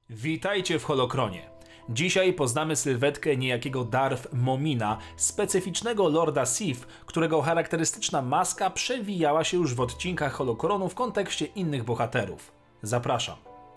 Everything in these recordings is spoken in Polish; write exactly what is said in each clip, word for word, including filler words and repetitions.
Witajcie w Holokronie. Dzisiaj poznamy sylwetkę niejakiego Darth Momina, specyficznego Lorda Sith, którego charakterystyczna maska przewijała się już w odcinkach Holokronu w kontekście innych bohaterów. Zapraszam.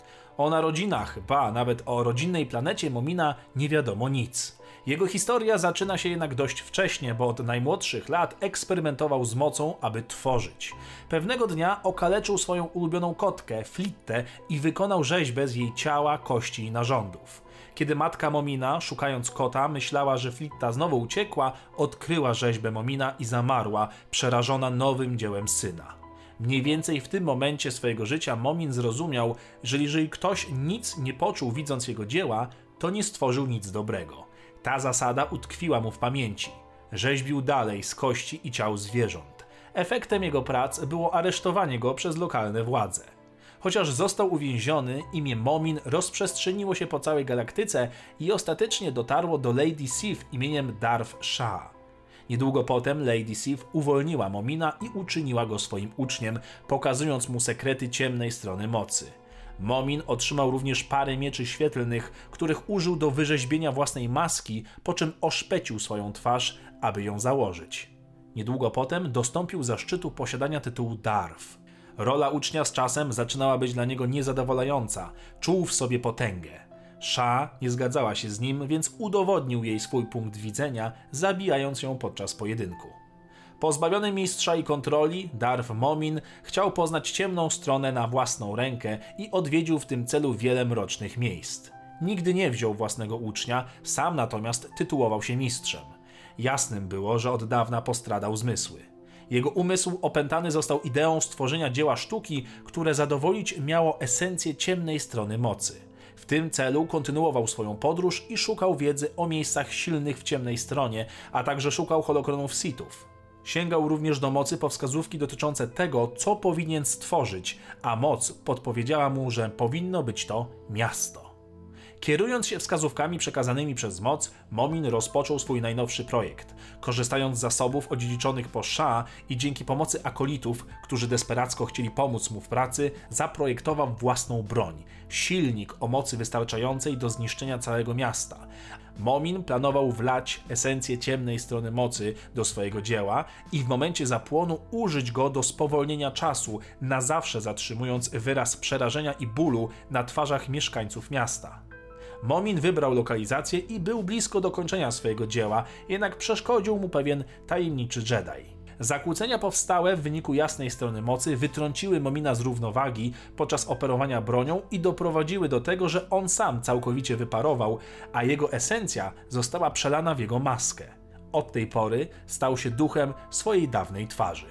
O narodzinach, ba nawet o rodzinnej planecie Momina nie wiadomo nic. Jego historia zaczyna się jednak dość wcześnie, bo od najmłodszych lat eksperymentował z mocą, aby tworzyć. Pewnego dnia okaleczył swoją ulubioną kotkę, Flittę, i wykonał rzeźbę z jej ciała, kości i narządów. Kiedy matka Momina, szukając kota, myślała, że Flitta znowu uciekła, odkryła rzeźbę Momina i zamarła, przerażona nowym dziełem syna. Mniej więcej w tym momencie swojego życia Momin zrozumiał, że jeżeli ktoś nic nie poczuł widząc jego dzieła, to nie stworzył nic dobrego. Ta zasada utkwiła mu w pamięci. Rzeźbił dalej z kości i ciał zwierząt. Efektem jego prac było aresztowanie go przez lokalne władze. Chociaż został uwięziony, imię Momin rozprzestrzeniło się po całej galaktyce i ostatecznie dotarło do Lady Sif imieniem Darth Shah. Niedługo potem Lady Sif uwolniła Momina i uczyniła go swoim uczniem, pokazując mu sekrety ciemnej strony mocy. Momin otrzymał również parę mieczy świetlnych, których użył do wyrzeźbienia własnej maski, po czym oszpecił swoją twarz, aby ją założyć. Niedługo potem dostąpił zaszczytu posiadania tytułu Darth. Rola ucznia z czasem zaczynała być dla niego niezadowalająca, czuł w sobie potęgę. Shah nie zgadzała się z nim, więc udowodnił jej swój punkt widzenia, zabijając ją podczas pojedynku. Pozbawiony mistrza i kontroli, Darth Momin chciał poznać ciemną stronę na własną rękę i odwiedził w tym celu wiele mrocznych miejsc. Nigdy nie wziął własnego ucznia, sam natomiast tytułował się mistrzem. Jasnym było, że od dawna postradał zmysły. Jego umysł opętany został ideą stworzenia dzieła sztuki, które zadowolić miało esencję ciemnej strony mocy. W tym celu kontynuował swoją podróż i szukał wiedzy o miejscach silnych w ciemnej stronie, a także szukał holokronów Sithów. Sięgał również do mocy po wskazówki dotyczące tego, co powinien stworzyć, a moc podpowiedziała mu, że powinno być to miasto. Kierując się wskazówkami przekazanymi przez moc, Momin rozpoczął swój najnowszy projekt. Korzystając z zasobów odziedziczonych po Shah i dzięki pomocy akolitów, którzy desperacko chcieli pomóc mu w pracy, zaprojektował własną broń. Silnik o mocy wystarczającej do zniszczenia całego miasta. Momin planował wlać esencję ciemnej strony mocy do swojego dzieła i w momencie zapłonu użyć go do spowolnienia czasu, na zawsze zatrzymując wyraz przerażenia i bólu na twarzach mieszkańców miasta. Momin wybrał lokalizację i był blisko dokończenia swojego dzieła, jednak przeszkodził mu pewien tajemniczy Jedi. Zakłócenia powstałe w wyniku jasnej strony mocy wytrąciły Momina z równowagi podczas operowania bronią i doprowadziły do tego, że on sam całkowicie wyparował, a jego esencja została przelana w jego maskę. Od tej pory stał się duchem swojej dawnej twarzy.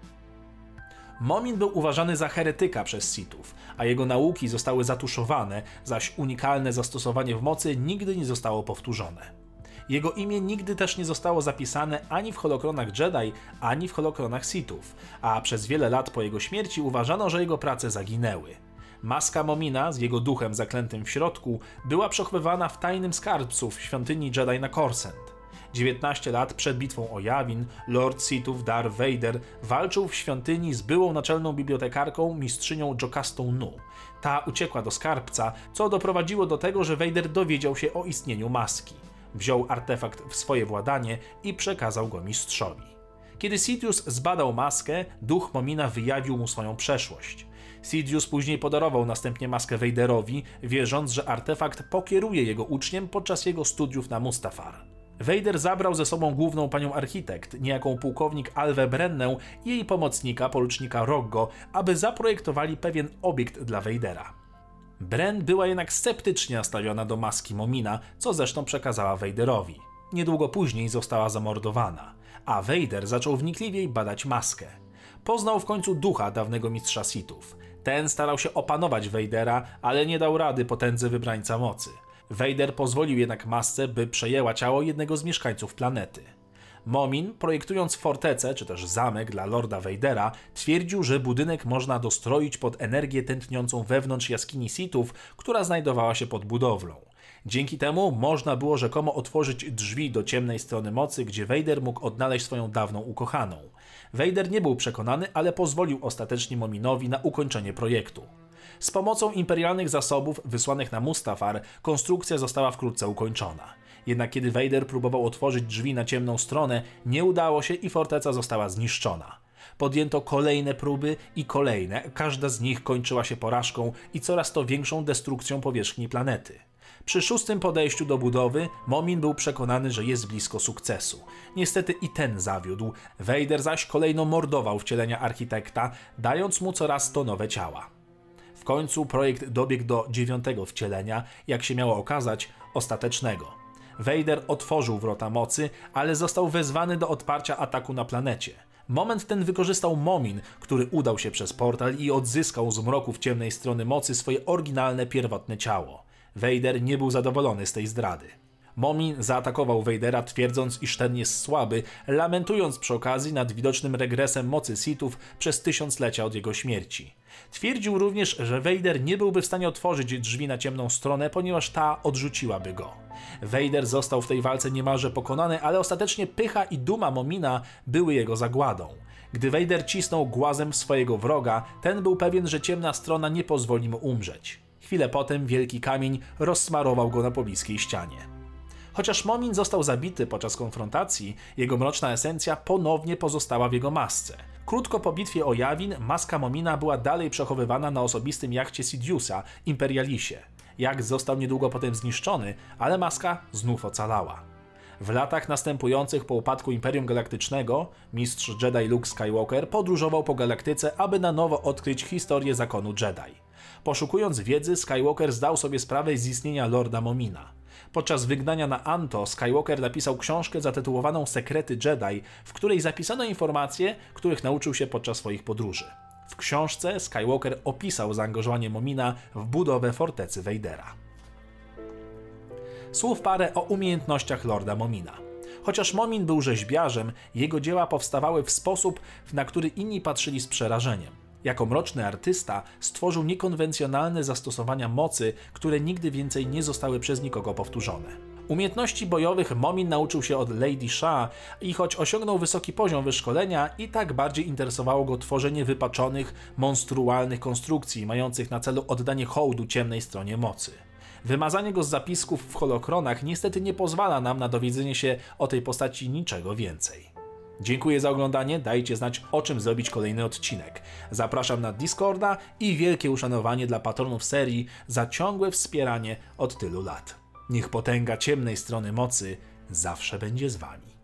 Momin był uważany za heretyka przez Sithów, a jego nauki zostały zatuszowane, zaś unikalne zastosowanie w mocy nigdy nie zostało powtórzone. Jego imię nigdy też nie zostało zapisane ani w holokronach Jedi, ani w holokronach Sithów, a przez wiele lat po jego śmierci uważano, że jego prace zaginęły. Maska Momina z jego duchem zaklętym w środku była przechowywana w tajnym skarbcu w świątyni Jedi na Coruscant. dziewiętnaście lat przed bitwą o Yavin, Lord Sithów Darth Vader walczył w świątyni z byłą naczelną bibliotekarką mistrzynią Jocastą Nu. Ta uciekła do skarbca, co doprowadziło do tego, że Vader dowiedział się o istnieniu maski. Wziął artefakt w swoje władanie i przekazał go mistrzowi. Kiedy Sidious zbadał maskę, duch Momina wyjawił mu swoją przeszłość. Sidious później podarował następnie maskę Vaderowi, wierząc, że artefakt pokieruje jego uczniem podczas jego studiów na Mustafar. Vader zabrał ze sobą główną panią architekt, niejaką pułkownik Alwę Brennę i jej pomocnika, porucznika Roggo, aby zaprojektowali pewien obiekt dla Vadera. Bren była jednak sceptycznie nastawiona do maski Momina, co zresztą przekazała Vaderowi. Niedługo później została zamordowana, a Vader zaczął wnikliwiej badać maskę. Poznał w końcu ducha dawnego mistrza Sithów. Ten starał się opanować Vadera, ale nie dał rady potędze wybrańca mocy. Vader pozwolił jednak masce, by przejęła ciało jednego z mieszkańców planety. Momin, projektując fortecę czy też zamek dla Lorda Vadera, twierdził, że budynek można dostroić pod energię tętniącą wewnątrz jaskini Sithów, która znajdowała się pod budowlą. Dzięki temu można było rzekomo otworzyć drzwi do ciemnej strony mocy, gdzie Vader mógł odnaleźć swoją dawną ukochaną. Vader nie był przekonany, ale pozwolił ostatecznie Mominowi na ukończenie projektu. Z pomocą imperialnych zasobów wysłanych na Mustafar konstrukcja została wkrótce ukończona. Jednak kiedy Vader próbował otworzyć drzwi na ciemną stronę, nie udało się i forteca została zniszczona. Podjęto kolejne próby i kolejne, każda z nich kończyła się porażką i coraz to większą destrukcją powierzchni planety. Przy szóstym podejściu do budowy Momin był przekonany, że jest blisko sukcesu. Niestety i ten zawiódł, Vader zaś kolejno mordował wcielenia architekta, dając mu coraz to nowe ciała. W końcu projekt dobiegł do dziewiątego wcielenia, jak się miało okazać, ostatecznego. Vader otworzył wrota mocy, ale został wezwany do odparcia ataku na planecie. Moment ten wykorzystał Momin, który udał się przez portal i odzyskał z mroków ciemnej strony mocy swoje oryginalne, pierwotne ciało. Vader nie był zadowolony z tej zdrady. Momin zaatakował Vadera, twierdząc, iż ten jest słaby, lamentując przy okazji nad widocznym regresem mocy Sithów przez tysiąclecia od jego śmierci. Twierdził również, że Vader nie byłby w stanie otworzyć drzwi na ciemną stronę, ponieważ ta odrzuciłaby go. Vader został w tej walce niemalże pokonany, ale ostatecznie pycha i duma Momina były jego zagładą. Gdy Vader cisnął głazem swojego wroga, ten był pewien, że ciemna strona nie pozwoli mu umrzeć. Chwilę potem wielki kamień rozsmarował go na pobliskiej ścianie. Chociaż Momin został zabity podczas konfrontacji, jego mroczna esencja ponownie pozostała w jego masce. Krótko po bitwie o Yavin maska Momina była dalej przechowywana na osobistym jachcie Sidious'a, Imperialisie. Jacht został niedługo potem zniszczony, ale maska znów ocalała. W latach następujących po upadku Imperium Galaktycznego mistrz Jedi Luke Skywalker podróżował po galaktyce, aby na nowo odkryć historię zakonu Jedi. Poszukując wiedzy, Skywalker zdał sobie sprawę z istnienia Lorda Momina. Podczas wygnania na Anto Skywalker napisał książkę zatytułowaną Sekrety Jedi, w której zapisano informacje, których nauczył się podczas swoich podróży. W książce Skywalker opisał zaangażowanie Momina w budowę fortecy Vadera. Słów parę o umiejętnościach Lorda Momina. Chociaż Momin był rzeźbiarzem, jego dzieła powstawały w sposób, na który inni patrzyli z przerażeniem. Jako mroczny artysta stworzył niekonwencjonalne zastosowania mocy, które nigdy więcej nie zostały przez nikogo powtórzone. Umiejętności bojowych Momin nauczył się od Lady Shah i choć osiągnął wysoki poziom wyszkolenia, i tak bardziej interesowało go tworzenie wypaczonych, monstrualnych konstrukcji mających na celu oddanie hołdu ciemnej stronie mocy. Wymazanie go z zapisków w holokronach niestety nie pozwala nam na dowiedzenie się o tej postaci niczego więcej. Dziękuję za oglądanie, dajcie znać, o czym zrobić kolejny odcinek. Zapraszam na Discorda i wielkie uszanowanie dla patronów serii za ciągłe wspieranie od tylu lat. Niech potęga ciemnej strony mocy zawsze będzie z wami.